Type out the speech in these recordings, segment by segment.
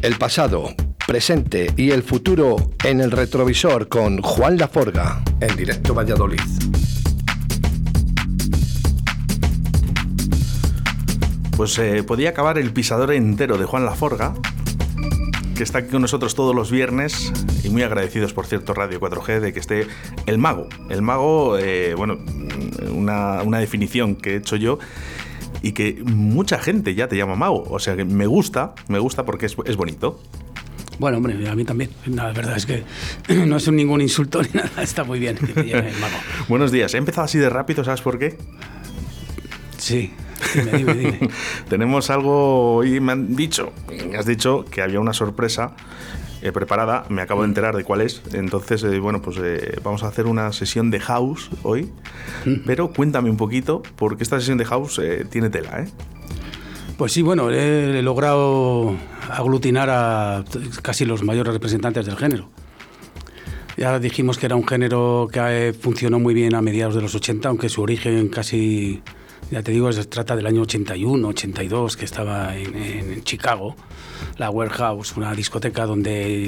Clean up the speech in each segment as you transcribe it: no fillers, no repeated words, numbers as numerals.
El pasado, presente y el futuro en el retrovisor con Juan Laforga, en Directo Valladolid. Pues podía acabar el pisador entero de Juan Laforga, que está aquí con nosotros todos los viernes, y muy agradecidos, por cierto, Radio 4G, de que esté el mago. El mago, bueno, una definición que he hecho yo, y que mucha gente ya te llama mago. O sea que me gusta porque es bonito. Bueno, hombre, a mí también. La verdad es que no es ningún insulto ni nada. Está muy bien que te llame el mago. Buenos días. He empezado así de rápido, ¿sabes por qué? Sí. Dime. Tenemos algo y me has dicho que había una sorpresa preparada. Me acabo de enterar de cuál es. Entonces, bueno, pues vamos a hacer una sesión de house hoy. Pero cuéntame un poquito, porque esta sesión de house tiene tela, ¿eh? Pues sí, bueno, he logrado aglutinar a casi los mayores representantes del género. Ya dijimos que era un género que funcionó muy bien a mediados de los 80, aunque su origen casi, ya te digo, se trata del año 81, 82, que estaba en Chicago, la Warehouse, una discoteca donde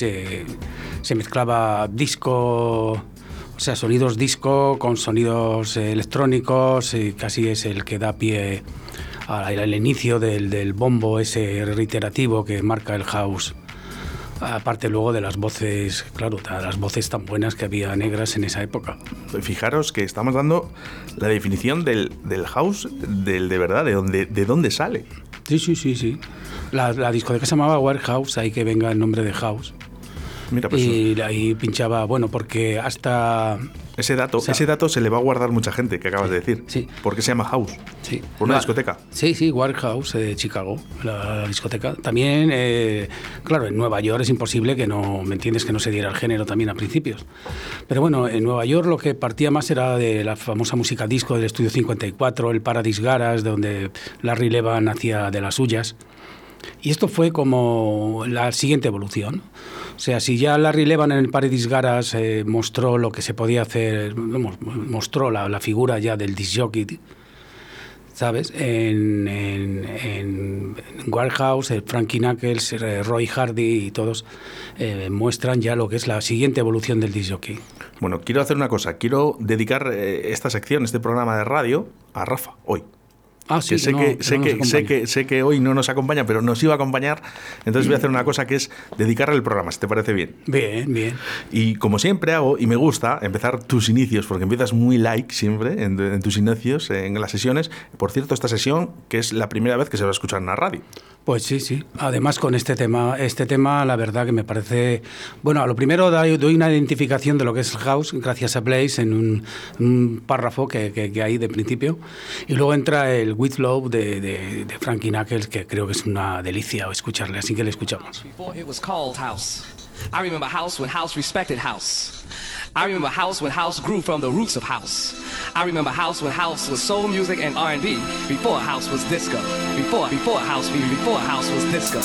se mezclaba disco, o sea, sonidos disco con sonidos electrónicos, y casi es el que da pie al inicio del bombo ese reiterativo que marca el house. Aparte luego de las voces, claro, las voces tan buenas que había negras en esa época. Fijaros que estamos dando la definición del house, del de verdad, de dónde sale. Sí. La discoteca se llamaba Warehouse, ahí que venga el nombre de house. Mira, pues y ahí pinchaba, bueno, porque hasta... Ese dato se le va a guardar mucha gente, que acabas de decir. Sí. ¿Por qué se llama house? Sí. ¿Por una discoteca? Sí, Warehouse de Chicago, la discoteca. También, claro, en Nueva York es imposible que no, ¿me entiendes?, que no se diera el género también a principios. Pero bueno, en Nueva York lo que partía más era de la famosa música disco del Estudio 54, el Paradise Garage, donde Larry Levan hacía de las suyas. Y esto fue como la siguiente evolución. O sea, si ya Larry Levan en el Paradise Garage mostró lo que se podía hacer, mostró la figura ya del disc jockey, ¿sabes? En Warehouse, Frankie Knuckles, Roy Hardy y todos muestran ya lo que es la siguiente evolución del disc jockey. Bueno, quiero hacer una cosa. Quiero dedicar esta sección, este programa de radio, a Rafa, hoy. Ah, sí, sé que hoy no nos acompaña, pero nos iba a acompañar. Entonces voy a hacer una cosa, que es dedicarle el programa, si te parece bien. Bien. Y como siempre hago, y me gusta empezar tus inicios, porque empiezas muy siempre en tus inicios, en las sesiones. Por cierto, esta sesión, que es la primera vez que se va a escuchar en la radio. Pues sí. Además, con este tema, la verdad que me parece... Bueno, a lo primero doy una identificación de lo que es el house, gracias a Blaze, en un párrafo que hay de principio. Y luego entra el With Love de Frankie Knuckles, que creo que es una delicia escucharle, así que le escuchamos. Before it was called house. I remember house when house respected house. I remember house when house grew from the roots of house. I remember house when house was soul music and R&B. Before house was disco. Before house was disco.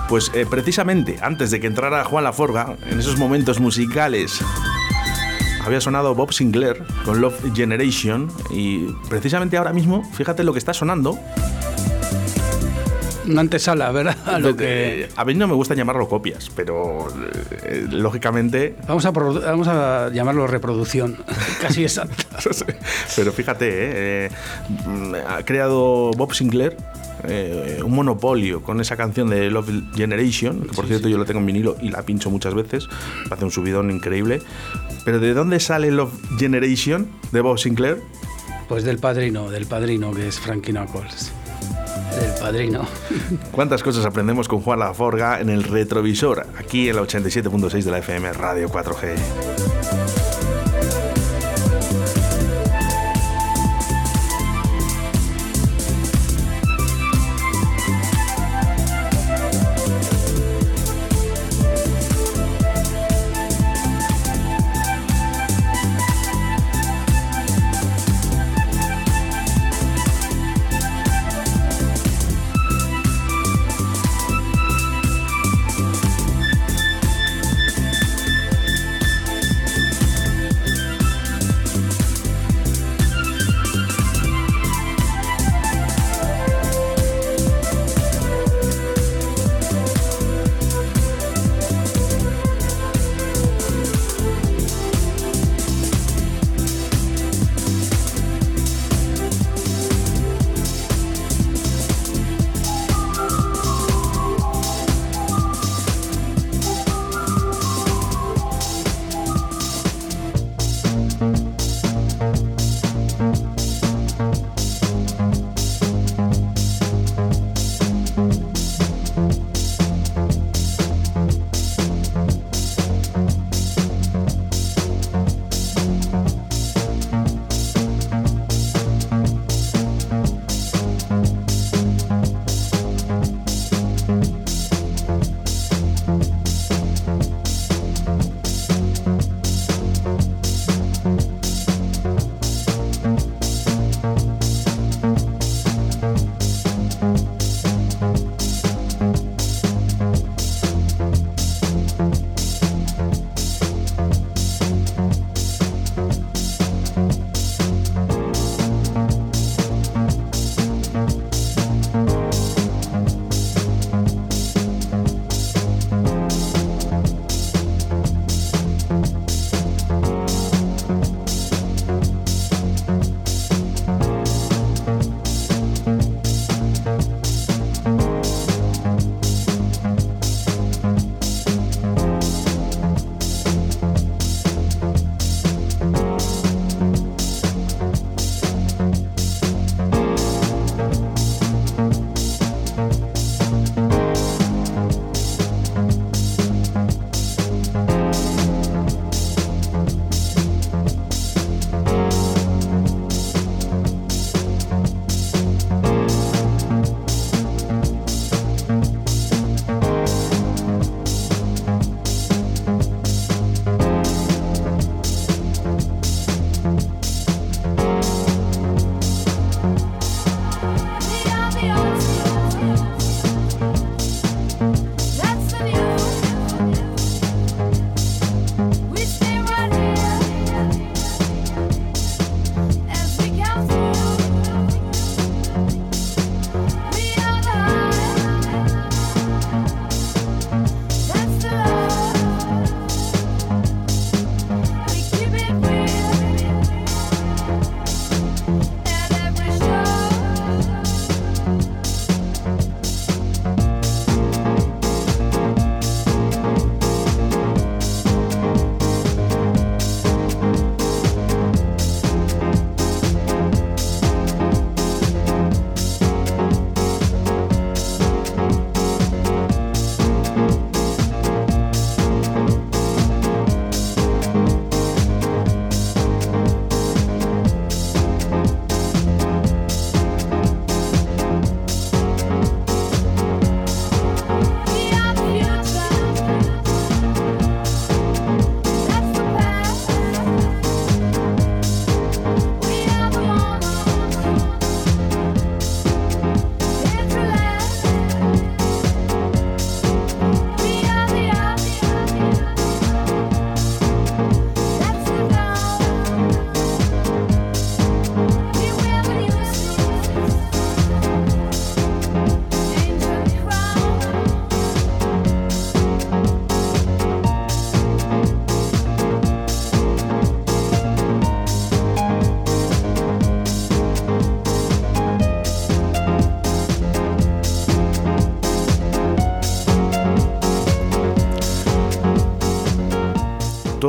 Pues precisamente antes de que entrara Juan Laforga, en esos momentos musicales, había sonado Bob Sinclair con Love Generation, y precisamente ahora mismo, fíjate lo que está sonando. Una antesala, ¿verdad? A lo que... A mí no me gusta llamarlo copias, pero lógicamente... Vamos a llamarlo reproducción, casi exacta. Pero fíjate, ha creado Bob Sinclair un monopolio con esa canción de Love Generation, que por cierto yo la tengo en vinilo y la pincho muchas veces, hace un subidón increíble. Pero ¿de dónde sale Love Generation de Bob Sinclair? Pues del padrino, que es Frankie Knuckles. Del padrino. ¿Cuántas cosas aprendemos con Juan Laforga en el retrovisor? Aquí en la 87.6 de la FM Radio 4G.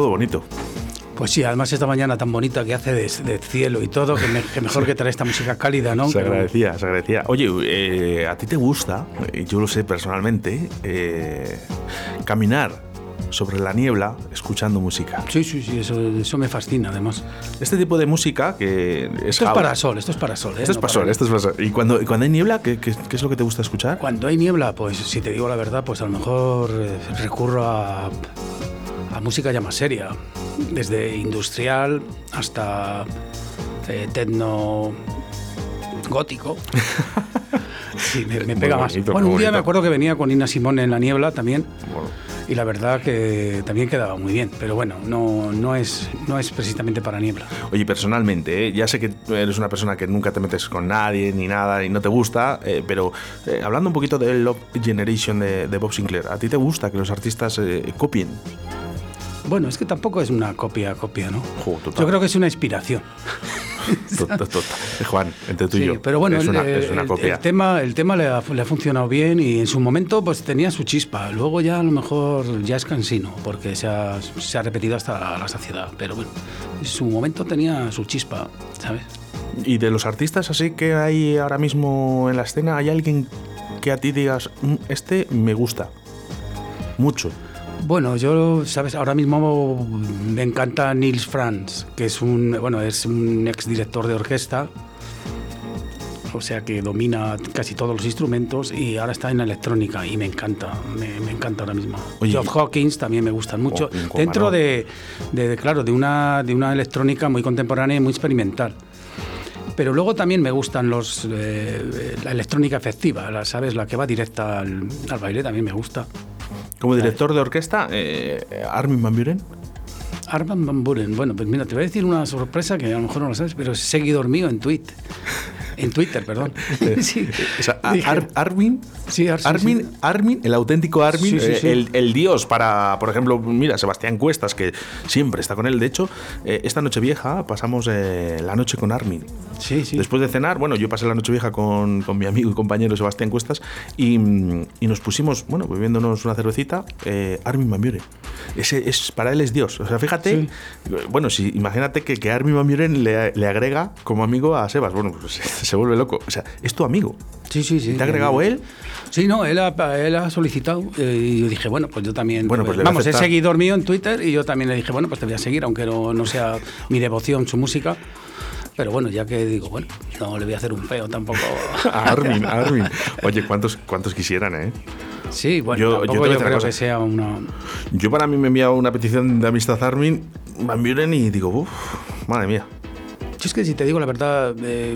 bonito. Pues sí, además esta mañana tan bonita que hace de cielo y todo, que mejor que traer esta música cálida, ¿no? Se agradecía. Oye, ¿a ti te gusta, yo lo sé personalmente, caminar sobre la niebla escuchando música? Sí, eso me fascina además. Este tipo de música que es... Esto es para sol, ¿eh? Esto es para sol. ¿Y cuando hay niebla, qué es lo que te gusta escuchar? Cuando hay niebla, pues si te digo la verdad, pues a lo mejor recurro a música ya más seria, desde industrial hasta techno gótico. Sí, me pega más. Bueno, un día me acuerdo que venía con Nina Simone en la niebla también. Bueno. Y la verdad que también quedaba muy bien, pero bueno, no es precisamente para niebla. Oye, personalmente, ya sé que eres una persona que nunca te metes con nadie ni nada y no te gusta, pero hablando un poquito del Love Generation de Bob Sinclair, ¿a ti te gusta que los artistas copien? Bueno, es que tampoco es una copia, ¿no? Total. Yo creo que es una inspiración. Total. Juan, entre tú y yo. Pero bueno, es una copia. El tema le ha funcionado bien y en su momento pues tenía su chispa. Luego ya a lo mejor ya es cansino porque se ha repetido hasta la saciedad. Pero bueno, en su momento tenía su chispa, ¿sabes? Y de los artistas así que hay ahora mismo en la escena, ¿hay alguien que a ti digas, este me gusta mucho? Bueno, yo, sabes, ahora mismo me encanta Nils Franz, que es un exdirector de orquesta, o sea que domina casi todos los instrumentos y ahora está en electrónica y me encanta ahora mismo. Oye, Geoff Hawkins también me gustan mucho, dentro de una electrónica muy contemporánea y muy experimental. Pero luego también me gustan la electrónica efectiva, ¿sabes? La que va directa al baile también me gusta. Como director de orquesta, Armin van Buuren. Armin van Buuren, bueno, pues mira, te voy a decir una sorpresa que a lo mejor no lo sabes, pero es seguidor mío en Twitter. En Twitter, perdón. Sí. O sea, Armin, sí, Armin, el auténtico Armin, sí. El dios para, por ejemplo, mira, Sebastián Cuestas, que siempre está con él. De hecho, esta Nochevieja pasamos la noche con Armin. Sí. Después de cenar, bueno, yo pasé la Nochevieja con mi amigo y compañero Sebastián Cuestas y nos pusimos, bueno, bebiéndonos una cervecita, Armin van Buuren. Para él es Dios. O sea, fíjate, bueno, imagínate que Armin van Buuren le agrega como amigo a Sebas. Bueno, pues se vuelve loco. O sea, es tu amigo. Sí. ¿Te ha agregado él? Sí, no, él ha solicitado y yo dije, bueno, pues yo también. Bueno, pues vamos, es seguidor mío en Twitter y yo también le dije, bueno, pues te voy a seguir, aunque no sea mi devoción su música. Pero bueno, ya que digo, bueno, no le voy a hacer un feo tampoco. A Armin. Oye, ¿cuántos quisieran, eh? Sí, bueno, yo creo que sea una... Yo para mí me he enviado una petición de amistad a Armin van Buuren y digo, madre mía. Yo es que si te digo la verdad,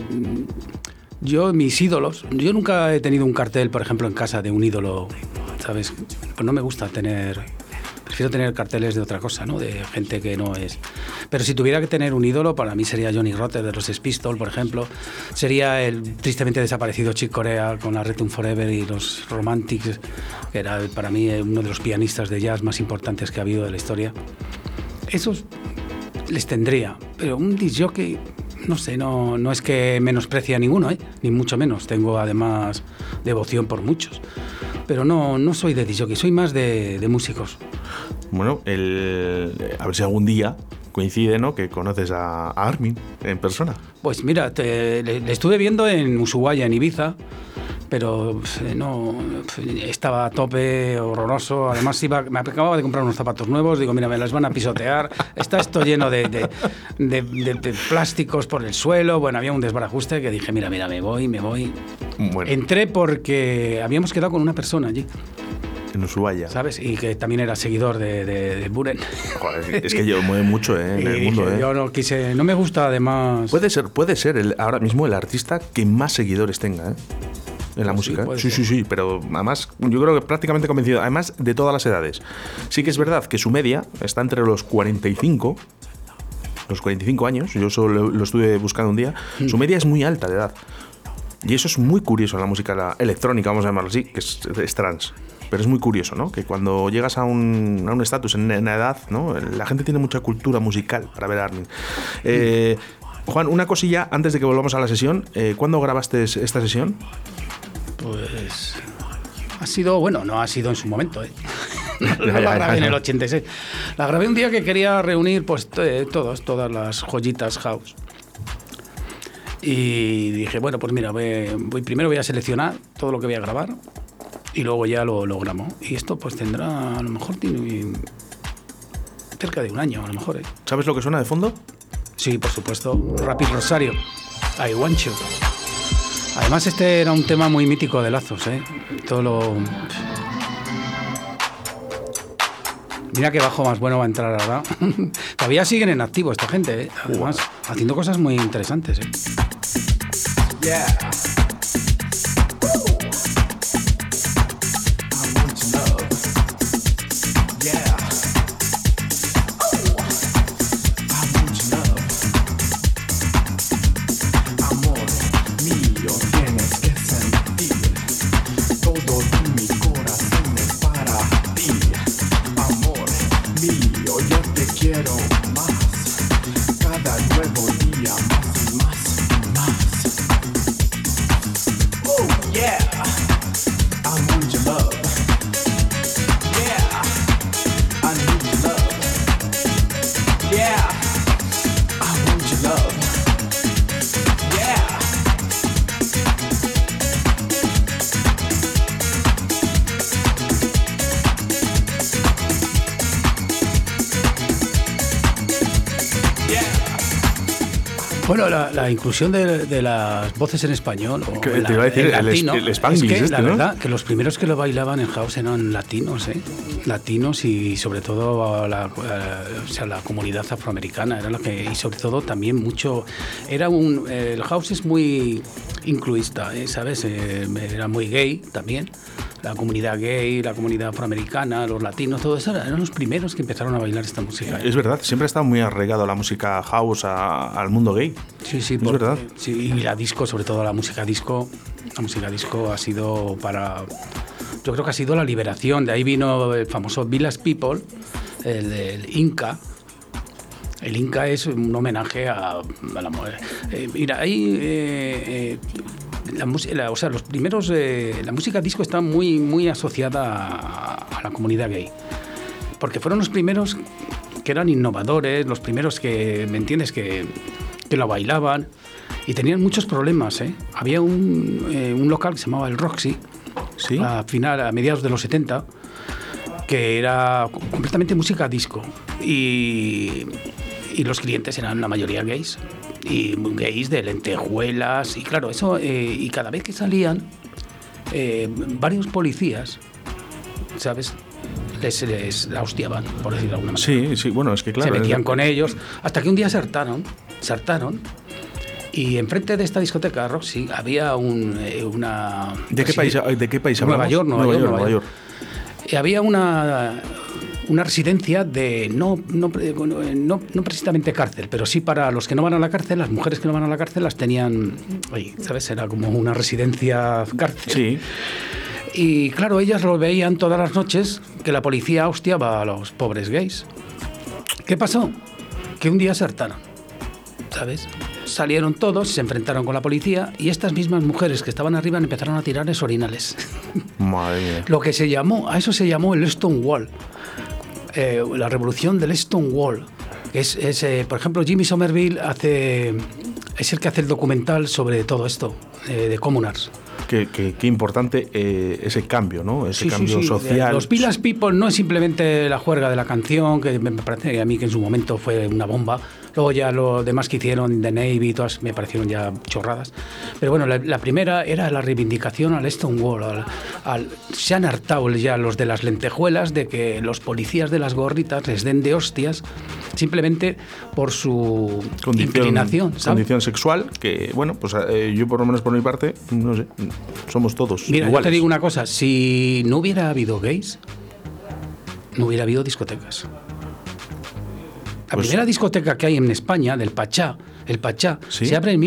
mis ídolos, yo nunca he tenido un cartel, por ejemplo, en casa de un ídolo, ¿sabes? Pues no me gusta prefiero tener carteles de otra cosa, ¿no? De gente que no es... Pero si tuviera que tener un ídolo, para mí sería Johnny Rotter de los Sex Pistols, por ejemplo. Sería el tristemente desaparecido Chick Corea con la Return Forever y los Romantics, que era para mí uno de los pianistas de jazz más importantes que ha habido de la historia. Esos les tendría, pero un disc jockey, no sé, no es que menosprecie a ninguno, ni mucho menos. Tengo además devoción por muchos. Pero no soy de disc jockey, soy más de músicos. Bueno, a ver si algún día coincide, ¿no?, que conoces a Armin en persona. Pues mira, le estuve viendo en Ushuaia, en Ibiza, pero no, estaba a tope, horroroso. Además me acababa de comprar unos zapatos nuevos, digo, mira, me las van a pisotear. Está esto lleno de plásticos por el suelo. Bueno, había un desbarajuste que dije, mira, me voy. Bueno. Entré porque habíamos quedado con una persona allí. En Ushuaia. ¿Sabes? Y que también era seguidor de Buuren. Joder, es que yo mueve mucho en el mundo. Yo no me gusta además... Puede ser ahora mismo el artista que más seguidores tenga, en la música. Sí, pero además yo creo que prácticamente convencido, además de todas las edades. Sí que es verdad que su media está entre los 45 años, yo solo lo estuve buscando un día, su media es muy alta de edad. Y eso es muy curioso en la música electrónica, vamos a llamarlo así, que es trans. Pero es muy curioso, ¿no? Que cuando llegas a un estatus en la edad, ¿no?, la gente tiene mucha cultura musical para ver a Armin. Juan, una cosilla antes de que volvamos a la sesión. ¿Cuándo grabaste esta sesión? Pues ha sido, no ha sido en su momento, La grabé en el 86. La grabé un día que quería reunir pues todas las joyitas house. Y dije, bueno, pues mira, primero voy a seleccionar todo lo que voy a grabar y luego ya lo grabo. Y esto pues tendrá, a lo mejor tiene cerca de un año, a lo mejor. ¿Sabes lo que suena de fondo? Sí, por supuesto. Rapid Rosario, I Want You. Además este era un tema muy mítico de Lazos, Todo lo... Mira qué bajo más bueno va a entrar ahora. Todavía siguen en activo esta gente, además, haciendo cosas muy interesantes, Yeah. Bueno, la inclusión de las voces en español o te iba a decir, latino, el Spanglish es que la ¿no? verdad que los primeros que lo bailaban en house eran latinos, latinos y sobre todo la comunidad afroamericana era la que, y sobre todo también mucho el house es muy incluista, ¿sabes? Era muy gay también. La comunidad gay, la comunidad afroamericana, los latinos, todo eso eran los primeros que empezaron a bailar esta música. Es verdad, siempre ha estado muy arraigado la música house al mundo gay. Sí, es verdad. Sí, y la disco, sobre todo la música disco ha sido yo creo que ha sido la liberación. De ahí vino el famoso Village People, el del Inca. El Inca es un homenaje a la mujer. Mira, ahí... la música disco está muy, muy asociada a la comunidad gay, porque fueron los primeros que eran innovadores, los primeros que, ¿me entiendes?, que lo bailaban y tenían muchos problemas, Había un local que se llamaba el Roxy, ¿sí? a mediados de los 70, que era completamente música disco y los clientes eran la mayoría gays. Y gays de lentejuelas, y claro, eso, y cada vez que salían, varios policías, ¿sabes?, les la hostiaban, por decirlo de alguna manera. Sí, bueno, es que claro. Se metían con ellos, hasta que un día se hartaron, y enfrente de esta discoteca, Roxy, había una... ¿De qué país hablamos? Nueva York. Y había una residencia de no precisamente cárcel, pero sí para los que no van a la cárcel, las mujeres que no van a la cárcel las tenían, ¿sabes? Era como una residencia cárcel. Sí. Y claro, ellas lo veían todas las noches que la policía hostiaba a los pobres gays. ¿Qué pasó? Que un día se hartaron, ¿sabes? Salieron todos, se enfrentaron con la policía y estas mismas mujeres que estaban arriba empezaron a tirarles orinales. Madre mía. A eso se llamó el Stonewall. La revolución del Stonewall. Por ejemplo, Jimmy Somerville es el que hace el documental sobre todo esto, de Communards. Qué importante ese cambio, ¿no? Ese cambio social. Los Village People no es simplemente la juerga de la canción, que me parece a mí que en su momento fue una bomba. Luego ya lo demás que hicieron, The Navy y todas, me parecieron ya chorradas. Pero bueno, la primera era la reivindicación al Stonewall. Se han hartado ya los de las lentejuelas de que los policías de las gorritas les den de hostias simplemente por su inclinación, ¿sabes? Condición sexual, que bueno, pues yo por lo menos por mi parte, no sé, somos todos Mira, iguales. Yo te digo una cosa, si no hubiera habido gays, no hubiera habido discotecas. La primera discoteca que hay en España, el Pachá, ¿sí? Se abre en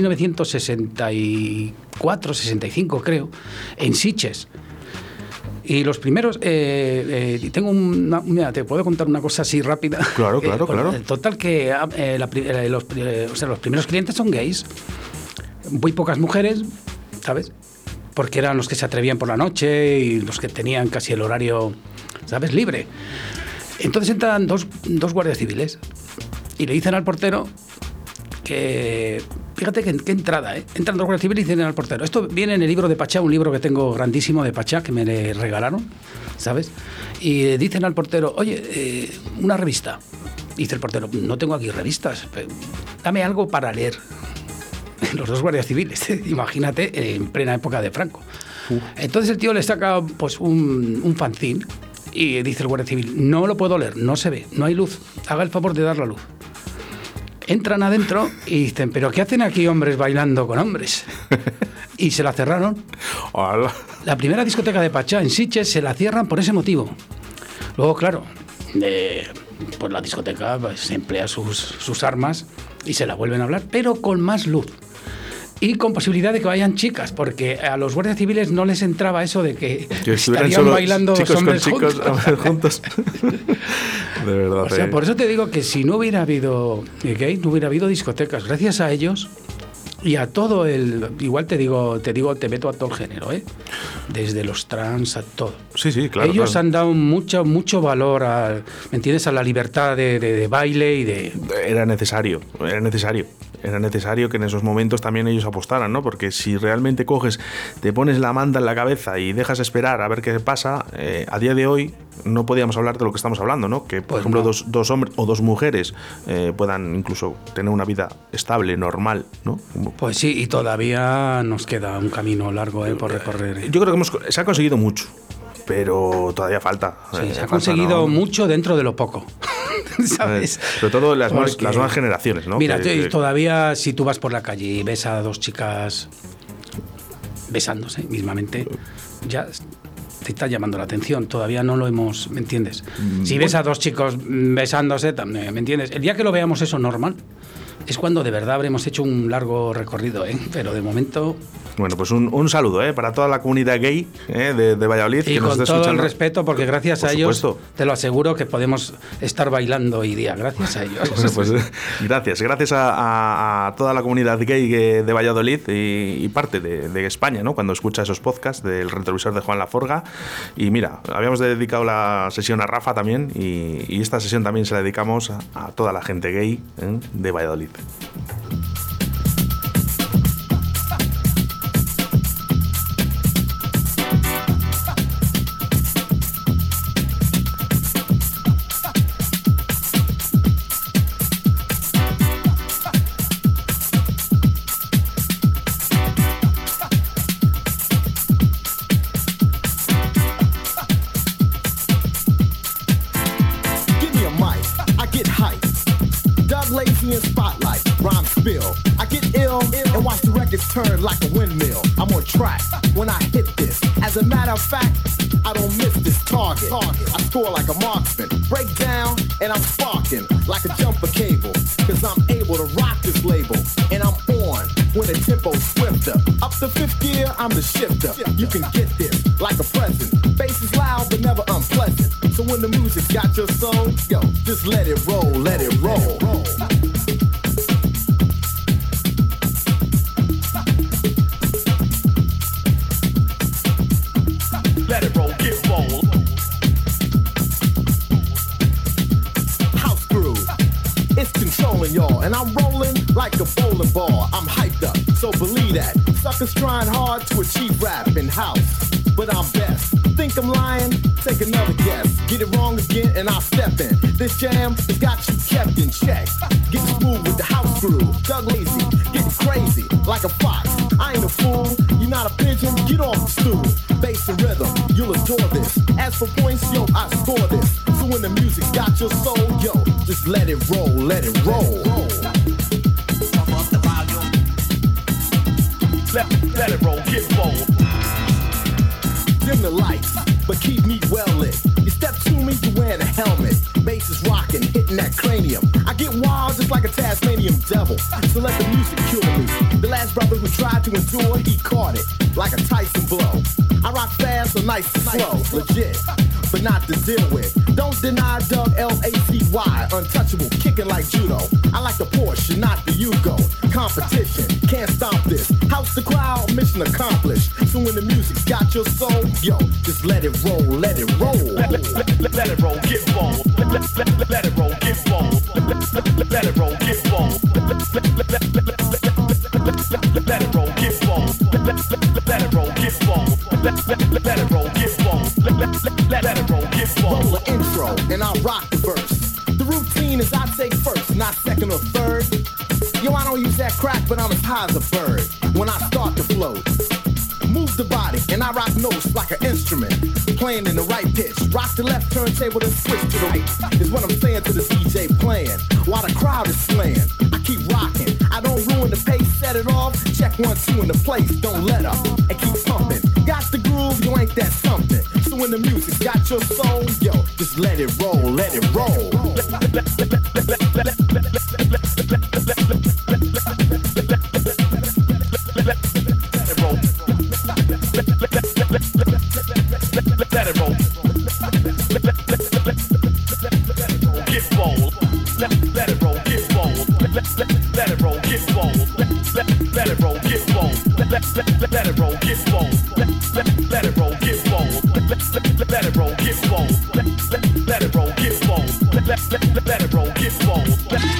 1964, 65 creo, en Sitges. Y los primeros, mira, te puedo contar una cosa así rápida. Claro. Total que los primeros clientes son gays, muy pocas mujeres, ¿sabes? Porque eran los que se atrevían por la noche y los que tenían casi el horario ¿sabes? Libre. Entonces entran dos guardias civiles y le dicen al portero que... Fíjate qué entrada, ¿eh? Entran dos guardias civiles y dicen al portero. Esto viene en el libro de Pachá, un libro que tengo grandísimo de Pachá, que me le regalaron, ¿sabes? Y dicen al portero, oye, una revista. Dice el portero, no tengo aquí revistas, dame algo para leer. Los dos guardias civiles, imagínate, en plena época de Franco. Entonces el tío le saca pues un fanzine y dice el guardia civil, no lo puedo leer, no se ve, no hay luz, haga el favor de dar la luz. Entran adentro y dicen, ¿pero qué hacen aquí hombres bailando con hombres? Y se la cerraron. Hola. La primera discoteca de Pachá en Sitges se la cierran por ese motivo. Luego, claro, pues la discoteca pues, emplea sus armas y se la vuelven a hablar, pero con más luz. Y con posibilidad de que vayan chicas, porque a los guardias civiles no les entraba eso de que estarían bailando chicos hombres con chicos juntos. De verdad. O sea, por eso te digo que si no hubiera habido gay, no hubiera habido discotecas. Gracias a ellos y a todo el... Igual te meto a todo el género, ¿eh? Desde los trans a todo. Sí, claro. Ellos han dado mucho valor a, ¿me entiendes?, a la libertad de baile y de... Era necesario que en esos momentos también ellos apostaran, ¿no? Porque si realmente coges, te pones la manta en la cabeza y dejas esperar a ver qué pasa, a día de hoy no podíamos hablar de lo que estamos hablando, ¿no? Que, por ejemplo, dos hombres o dos mujeres puedan incluso tener una vida estable, normal, ¿no? Pues sí, y todavía nos queda un camino largo por recorrer. Yo creo que se ha conseguido mucho, pero todavía falta. Sí, se ha conseguido mucho dentro de lo poco. ¿Sabes? Sobre todo las nuevas generaciones, ¿no? Mira, todavía si tú vas por la calle y ves a dos chicas besándose mismamente, ya te está llamando la atención. Todavía no lo hemos, ¿me entiendes? Si ves a dos chicos besándose, también, ¿me entiendes? El día que lo veamos eso normal es cuando de verdad habremos hecho un largo recorrido, ¿eh? Pero de momento... Bueno, pues un saludo para toda la comunidad gay de Valladolid. Y que nos con está todo escuchando. el respeto, porque gracias Por a ellos, supuesto. te lo aseguro que podemos estar bailando hoy día, gracias a ellos. Bueno, pues gracias a toda la comunidad gay de Valladolid y parte de España, ¿no? Cuando escucha esos podcasts del retrovisor de Juan Laforga. Y mira, habíamos dedicado la sesión a Rafa también y esta sesión también se la dedicamos a toda la gente gay de Valladolid. Turn like a windmill. I'm on track when I hit this. As a matter of fact, I don't miss this target. I score like a marksman, break down, and I'm sparking like a jumper cable. Cause I'm able to rock this label, and I'm on when the tempo's swifter. Up to fifth gear, I'm the shifter. You can get this like a present. Bass is loud, but never unpleasant. So when the music got your soul, yo, just let it roll, let it roll. Let it roll, get roll. House groove, it's controlling y'all, and I'm rolling like a bowling ball. I'm hyped up, so believe that. Suckers trying hard to achieve rap in house, but I'm best. Think I'm lying? Take another guess. Get it wrong again, and I'll step in. This jam has got you kept in check. Get smooth with the house groove. Doug Lazy, getting crazy like a fox. I ain't a fool, you're not a pigeon. Get off the stool. Bass and rhythm, you'll adore this. As for points, yo, I score this. So when the music got your soul, yo, just let it roll, let it roll. Let it roll, get roll. Dim the lights, but keep me well lit. You step to me, you wearing a helmet. Bass is rocking, hitting that cranium. I get wild just like a Tasmanian devil. So let the music cure me. The last brother who tried to endure, he caught it like a Tyson blow. I rock fast, so nice and slow, legit, but not to deal with. Don't deny Doug L-A-C-Y, untouchable, kicking like judo. I like the Porsche, not the Yugo. Competition, can't stop this. House the crowd, mission accomplished. So when the music's got your soul, yo, just let it roll, let it roll. Let it roll, get bold. Let it roll, get bold. Let it roll, get bold. Let it roll, get bold. Let it roll, get bold. Let it roll, get bold. Let it roll, get bold. Roll the intro and I'll rock the verse. The routine is I take first, not second or third. Yo, I don't use that crack, but I'm as high as a bird when I start to flow. Move the body, and I rock notes like an instrument, playing in the right pitch. Rock the left turntable, then switch to the right, is what I'm saying to the DJ playing, while the crowd is slaying. I keep rocking, I don't ruin the pace, set it off, check 1, 2 in the place, don't let up, and keep pumping. Got the groove, you ain't that something. So when the music got your soul, yo, just let it roll, let it roll. Let it roll. Get bold. Let it roll. Get bold. Let it roll. Get bold. Let it roll. Get bold. Let it roll. Get bold. Let it roll. Get bold. Let it roll. Get bold. Let it roll. Get bold. Let it roll. Get bold.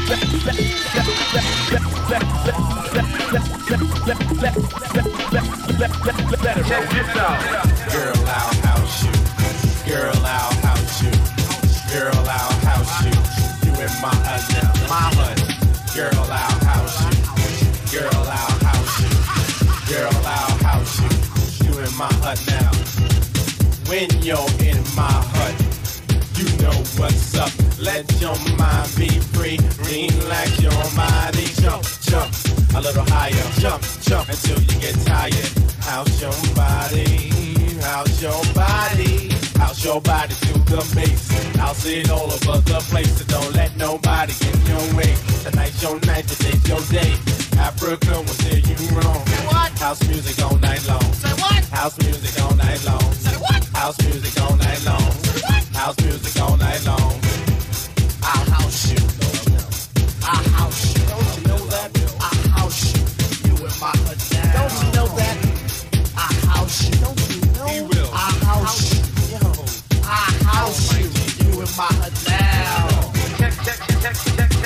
Let it roll. Get out. Girl, I'll house you. Girl, I'll house you. Girl, I'll house you. You in my hut now, my hut. Girl, I'll house you. Girl, I'll house you. Girl, I'll house you. You in my hut now. When you're in my hut, you know what's up. Let your mind be free. Relax your body. Jump, jump a little higher. Jump, jump until you get tired. House your body. House your body. House your body to the base. House it all over the place. So don't let nobody get in your way. Tonight's your night, today's your day. Africa will say you wrong. Say what? House music all night long. Say what? House music all night long. Say what? House music all night long. Say what? House music all night long. I'll house you. I'll house you. Don't you know that? I'll house you. You in my hut now. Don't you know that? I'll house you. Don't you know? He will. I'll house you. Yo, I'll house you. You in my hut now. Check this out. Check this out.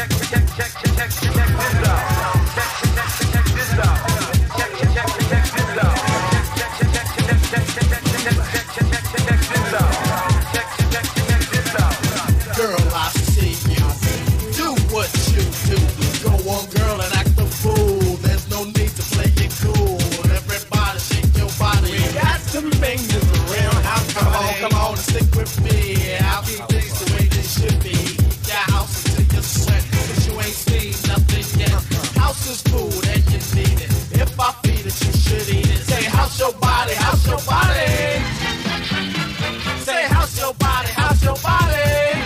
Girl, I see you. Do what you do. Go on, girl, and act the fool. There's no need to play it cool. Everybody shake your body. We got to make this a real house party. Come on, and stick with me. I'll keep things the way they should be. Your house until you sweat, 'cause you ain't seen nothing yet. House is food and you need it. If I feed it, you should eat it. Say house your body, house your body. Say house your body, house your body.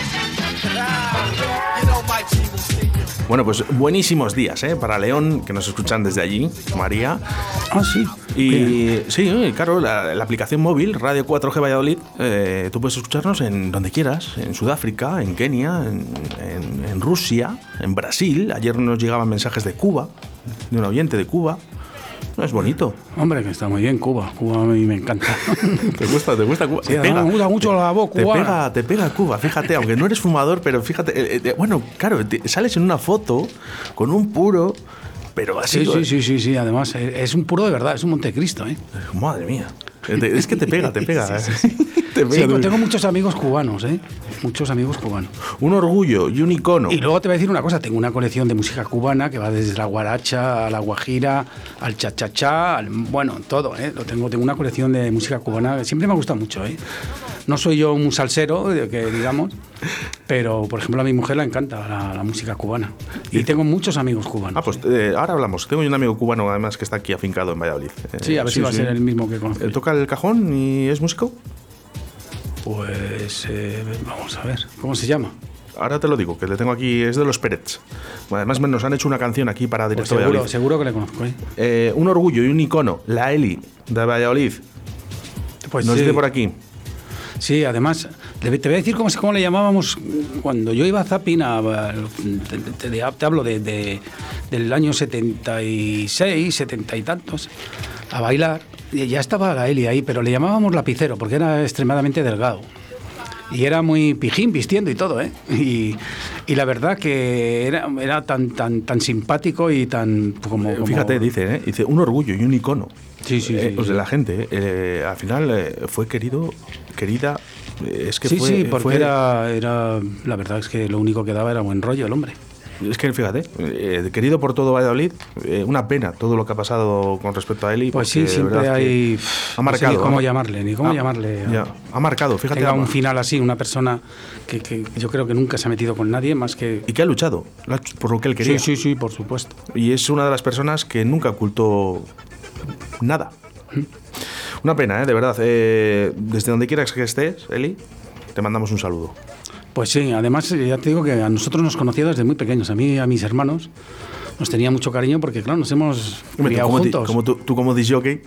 You know my team will see you. Bueno, pues buenísimos días, para León, que nos escuchan desde allí, María. Ah, sí. Y sí, claro, la aplicación móvil Radio 4G Valladolid, tú puedes escucharnos en donde quieras, en Sudáfrica, en Kenia, en Rusia, en Brasil. Ayer nos llegaban mensajes de Cuba, de un oyente de Cuba. No es bonito. Hombre, que está muy bien Cuba. Cuba a mí me encanta. ¿Te gusta Cuba? Sí, me gusta mucho la voz cubana. Te pega Cuba, fíjate, aunque no eres fumador, pero fíjate, bueno, claro, sales en una foto con un puro, pero así... Sí, además es un puro de verdad, es un Montecristo, ¿eh? Madre mía, es que te pega. Sí, tengo muchos amigos cubanos, ¿eh? Muchos amigos cubanos. Un orgullo y un icono. Y luego te voy a decir una cosa, tengo una colección de música cubana que va desde la guaracha a la guajira, al cha-cha-cha, bueno, todo, ¿eh? Tengo una colección de música cubana que siempre me gusta mucho, ¿eh? No soy yo un salsero, que digamos, pero, por ejemplo, a mi mujer le encanta la música cubana. Y tengo muchos amigos cubanos. Ah, pues ahora hablamos. Tengo un amigo cubano, además, que está aquí afincado en Valladolid. Sí, a ver si va a ser el mismo que conozco. ¿Toca el cajón y es músico? Pues vamos a ver, ¿cómo se llama? Ahora te lo digo, que le tengo aquí, es de los Pérez. Además nos han hecho una canción aquí para Directo pues Valladolid. Seguro que le conozco, ¿eh? Un orgullo y un icono, la Eli de Valladolid. Pues nos dice por aquí. Sí, además, te voy a decir cómo le llamábamos cuando yo iba a Zapping, te hablo del año 76, 70 y tantos, a bailar. Y ya estaba Gaeli ahí, pero le llamábamos lapicero porque era extremadamente delgado. Y era muy pijín vistiendo y todo, ¿eh? Y la verdad que era tan simpático y tan como... Fíjate, dice un orgullo y un icono. Sí. Pues de la gente. Al final fue querida. Es que porque era... La verdad es que lo único que daba era buen rollo el hombre. Es que fíjate, querido por todo Valladolid, una pena todo lo que ha pasado con respecto a él. Pues sí, siempre hay... Ha marcado. No sé ni cómo llamarle. Ya, ha marcado, fíjate. Tenga un final así, una persona que yo creo que nunca se ha metido con nadie más que... Y que ha luchado por lo que él quería. Sí, por supuesto. Y es una de las personas que nunca ocultó nada. Una pena, de verdad. Desde donde quieras que estés, Eli, te mandamos un saludo. Pues sí, además ya te digo que a nosotros nos conocía desde muy pequeños. A mí y a mis hermanos nos tenía mucho cariño porque, claro, nos hemos criado juntos. Tú como disc-jockey.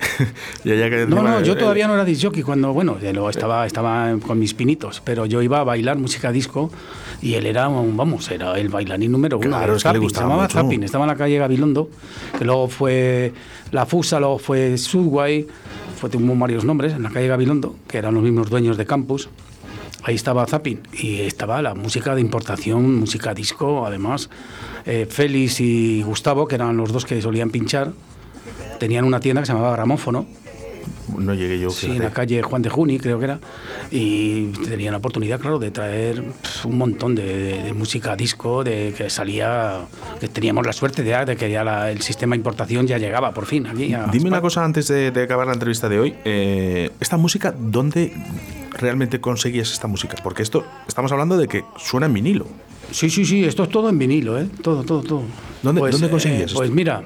No, yo todavía no era disc-jockey cuando, estaba con mis pinitos, pero yo iba a bailar música disco y él era el bailarín número uno. Claro, es que le gustaba se llamaba mucho. Zapping, estaba en la calle Gabilondo, que luego fue La Fusa, luego fue Subway, tuvo varios nombres en la calle Gabilondo, que eran los mismos dueños de Campus. Ahí estaba Zapping y estaba la música de importación, música disco, además Félix y Gustavo, que eran los dos que solían pinchar, tenían una tienda que se llamaba Gramófono. No llegué yo. Sí, en la calle Juan de Juni, creo que era, y tenían la oportunidad, claro, de traer un montón de música disco, de que salía, que teníamos la suerte de que ya el sistema de importación ya llegaba por fin aquí. Dime una cosa antes de acabar la entrevista de hoy, esta música, ¿dónde realmente conseguías esta música? Porque estamos hablando de que suena en vinilo. Sí, esto es todo en vinilo, todo. ¿Dónde conseguías esto? Pues mira,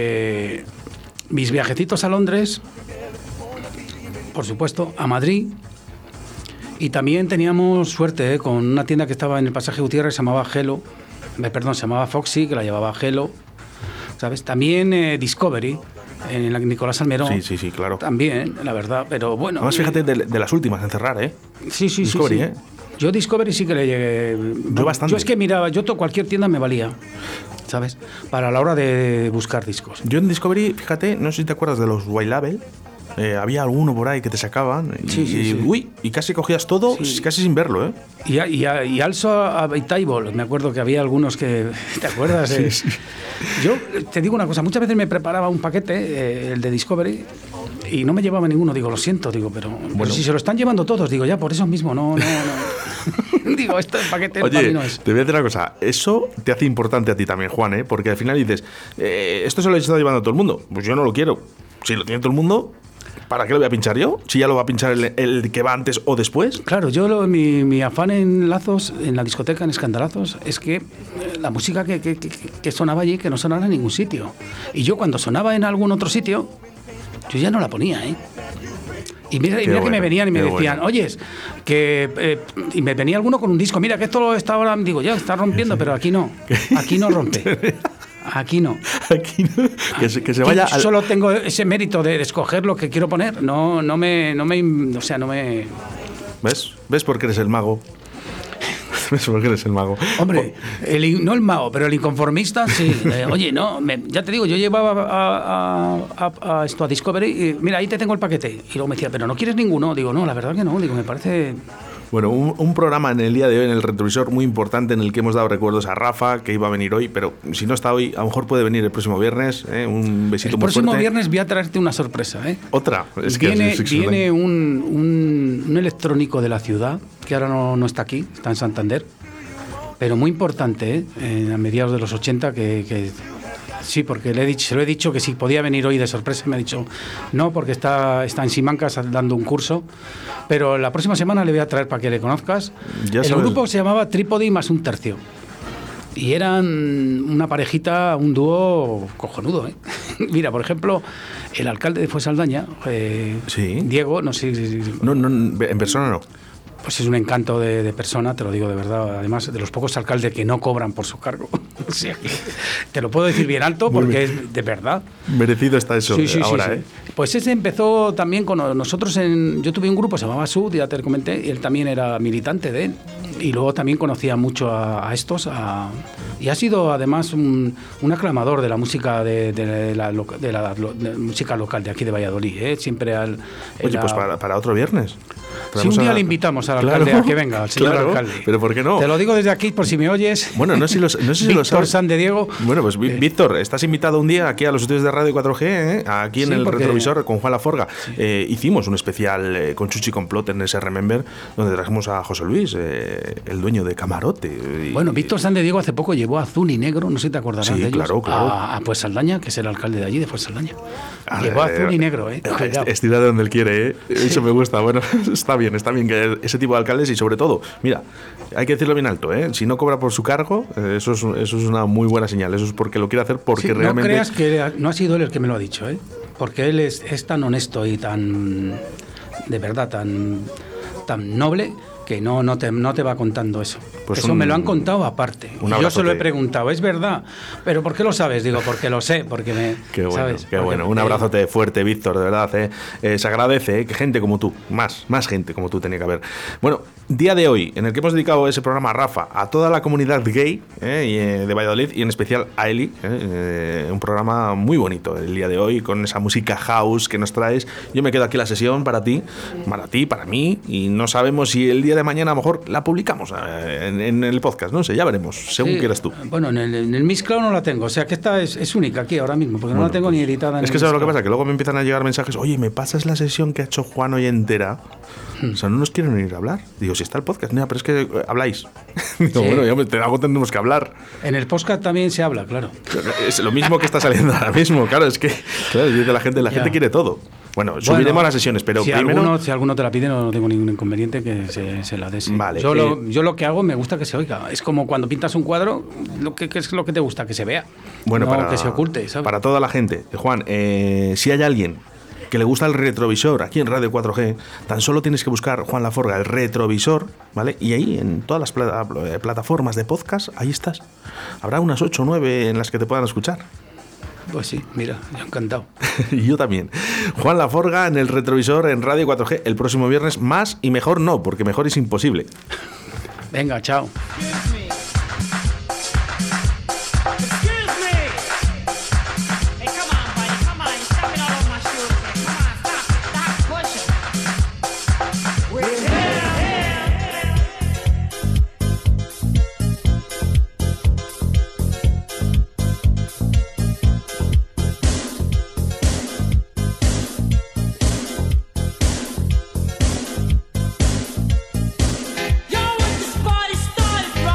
mis viajecitos a Londres, por supuesto, a Madrid, y también teníamos suerte con una tienda que estaba en el Pasaje Gutiérrez, se llamaba Foxy, que la llevaba Gelo, ¿sabes? También Discovery, en la Nicolás Almerón. Sí, claro. También, la verdad, pero bueno. Además, fíjate, de las últimas en cerrar, ¿eh? Sí. Discovery, sí. ¿eh? Yo Discovery sí que le llegué. Yo bastante. Yo es que miraba, cualquier tienda me valía, ¿sabes? Para la hora de buscar discos. Yo en Discovery, fíjate, no sé si te acuerdas de los White Label. Había alguno por ahí que te sacaban y casi cogías todo, casi sin verlo, ¿eh? Y also a Table, me acuerdo que había algunos que... ¿Te acuerdas? Sí. Yo te digo una cosa, muchas veces me preparaba un paquete, el de Discovery, y no me llevaba ninguno. Digo, lo siento, pero si se lo están llevando todos, digo, ya, por eso mismo, no. Digo, este paquete para mí no es. Te voy a decir una cosa, eso te hace importante a ti también, Juan, ¿eh? Porque al final dices, esto se lo está llevando todo el mundo, pues yo no lo quiero. Si lo tiene todo el mundo, ¿para qué lo voy a pinchar yo? Si ya lo va a pinchar el que va antes o después. Claro, mi afán en Lazos, en la discoteca, en Escandalazos, es que la música que sonaba allí, que no sonara en ningún sitio. Y yo cuando sonaba en algún otro sitio, yo ya no la ponía, ¿eh? Y mira que me venían y me decían, oyes, y me venía alguno con un disco, mira que esto lo está ahora, digo, ya está rompiendo, pero aquí no rompe. Aquí no. Que se vaya. Solo tengo ese mérito de escoger lo que quiero poner. No me. ¿Ves por qué eres el mago? ¿Ves por qué eres el mago? Hombre, no el mago, pero el inconformista sí. Oye, no, ya te digo, yo llevaba a Discovery y mira, ahí te tengo el paquete. Y luego me decía, pero no quieres ninguno. Digo, no, la verdad que no. Digo, me parece. Bueno, un programa en el día de hoy en el Retrovisor muy importante en el que hemos dado recuerdos a Rafa, que iba a venir hoy, pero si no está hoy, a lo mejor puede venir el próximo viernes. Un besito muy fuerte. El próximo viernes voy a traerte una sorpresa. ¿Otra? Viene un electrónico de la ciudad, que ahora no está aquí, está en Santander, pero muy importante, a mediados de los 80, que sí, porque se lo he dicho que si podía venir hoy de sorpresa, me ha dicho no, porque está en Simancas dando un curso, pero la próxima semana le voy a traer para que le conozcas. El grupo se llamaba Trípode más un tercio y eran una parejita, un dúo cojonudo, ¿eh? Mira, por ejemplo, el alcalde de Fuensaldaña, sí. Diego, no sé si... No, en persona no. pues es un encanto de persona, te lo digo de verdad. Además, de los pocos alcaldes que no cobran por su cargo. O sea, que te lo puedo decir bien alto porque es de verdad. Merecido está eso ahora, sí. Pues ese empezó también con nosotros. Yo tuve un grupo, se llamaba Sud, ya te comenté, y él también era militante de él. Y luego también conocía mucho a estos. Y ha sido además un aclamador de la música de la música local de aquí de Valladolid. Siempre Oye, pues para otro viernes. Si un día le invitamos al alcalde a que venga, al señor alcalde. Pero ¿por qué no? Te lo digo desde aquí por si me oyes. Bueno, no sé si lo sabes. Víctor San de Diego. Bueno, pues Víctor, estás invitado un día aquí a los estudios de Radio 4G, aquí en el retrovisor con Juan Laforga. Hicimos un especial con Chuchi Complot en ese Remember, donde trajimos a José Luis, el dueño de Camarote. Bueno, Víctor San de Diego hace poco llevó a Azul y Negro, no sé si te acordarás de ellos. Claro. A Pues Saldaña, que es el alcalde de allí, de Pues Saldaña. Llevó a Azul y Negro, Estira de donde él quiere, Eso me gusta. Bueno, está bien que ese tipo de alcaldes, y sobre todo, mira, hay que decirlo bien alto, si no cobra por su cargo, eso es una muy buena señal. Eso es porque lo quiere hacer porque realmente... No creas que no ha sido él el que me lo ha dicho, porque él es tan honesto y tan, de verdad, tan noble, que no te va contando eso. Pues eso me lo han contado aparte. Y yo se lo he preguntado, es verdad, pero ¿por qué lo sabes? Digo, porque lo sé, porque me... Qué bueno, ¿sabes? Qué bueno. Un abrazote fuerte, Víctor, de verdad. Se agradece que gente como tú, más gente como tú tenía que haber. Bueno, día de hoy, en el que hemos dedicado ese programa, Rafa, a toda la comunidad gay de Valladolid, y en especial a Eli, un programa muy bonito el día de hoy, con esa música house que nos traes. Yo me quedo aquí la sesión para ti, para mí, y no sabemos si el día de mañana a lo mejor la publicamos en el podcast, no sé, ya veremos, según quieras tú. Bueno, en el Mixcloud no la tengo, o sea que esta es única aquí ahora mismo, porque no la tengo ni editada. Es que sabes lo que pasa, que luego me empiezan a llegar mensajes, oye, ¿me pasas la sesión que ha hecho Juan hoy entera? O sea, no nos quieren venir a hablar. Digo, si está el podcast, no, pero es que habláis. Digo, bueno, ya algo tendremos que hablar. En el podcast también se habla, claro. Es lo mismo que está saliendo ahora mismo, claro, es que la gente quiere todo. Bueno, subiremos las sesiones, pero si primero... Si alguno te la pide, no tengo ningún inconveniente que se la des. Vale. Yo lo que hago, me gusta que se oiga. Es como cuando pintas un cuadro, ¿qué es lo que te gusta? Que se vea, bueno, que se oculte, ¿sabes? Para toda la gente. Juan, si hay alguien que le gusta el retrovisor aquí en Radio 4G, tan solo tienes que buscar Juan Laforga, el retrovisor, ¿vale? Y ahí, en todas las plataformas de podcast, ahí estás. Habrá unas 8 o 9 en las que te puedan escuchar. Pues sí, mira, yo encantado. Y yo también. Juan Laforga en el retrovisor en Radio 4G el próximo viernes. Más y mejor no, porque mejor es imposible. Venga, chao. Yo, with this party started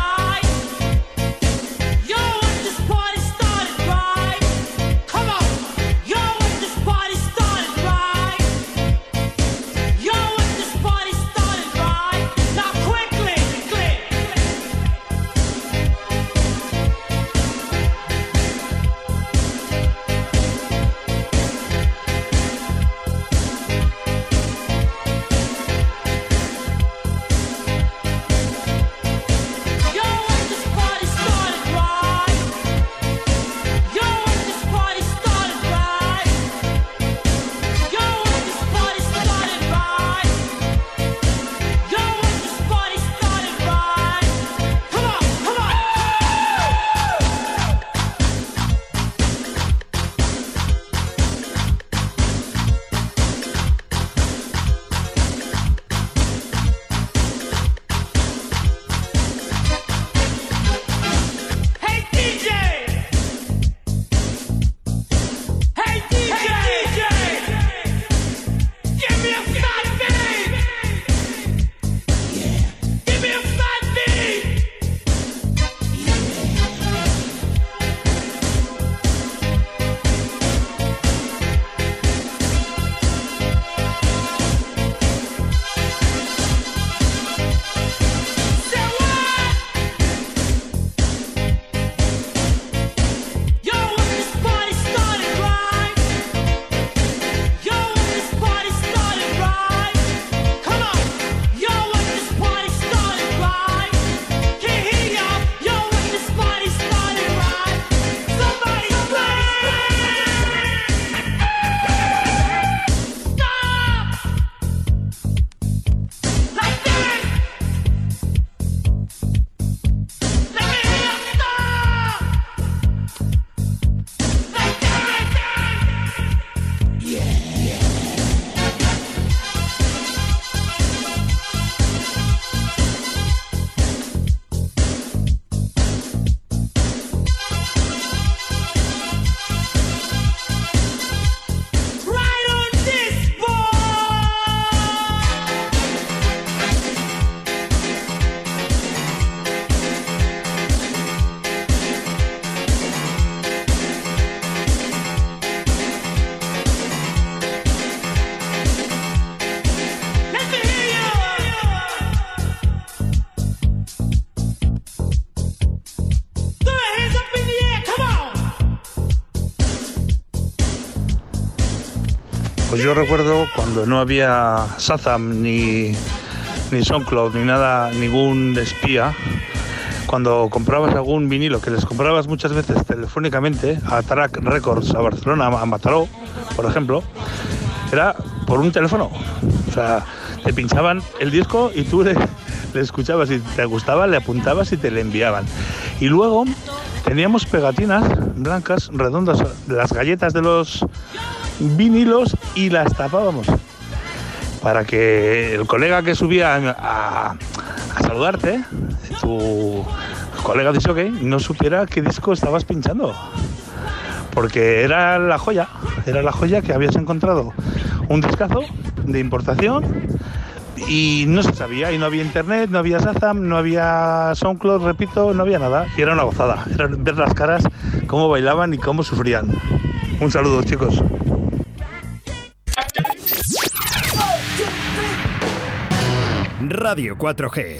Pues yo recuerdo cuando no había Shazam ni SoundCloud ni nada, ningún espía, cuando comprabas algún vinilo, que les comprabas muchas veces telefónicamente a Track Records, a Barcelona, a Mataró, por ejemplo, era por un teléfono. O sea, te pinchaban el disco y tú le escuchabas, y te gustaba, le apuntabas y te le enviaban. Y luego teníamos pegatinas blancas, redondas, de las galletas de los vinilos, y las tapábamos para que el colega que subía a saludarte, tu colega de jockey, no supiera qué disco estabas pinchando, porque era la joya que habías encontrado, un discazo de importación, y no se sabía, y no había internet, no había Shazam, no había SoundCloud, repito, no había nada, y era una gozada, era ver las caras, cómo bailaban y cómo sufrían. Un saludo, chicos. Radio 4G.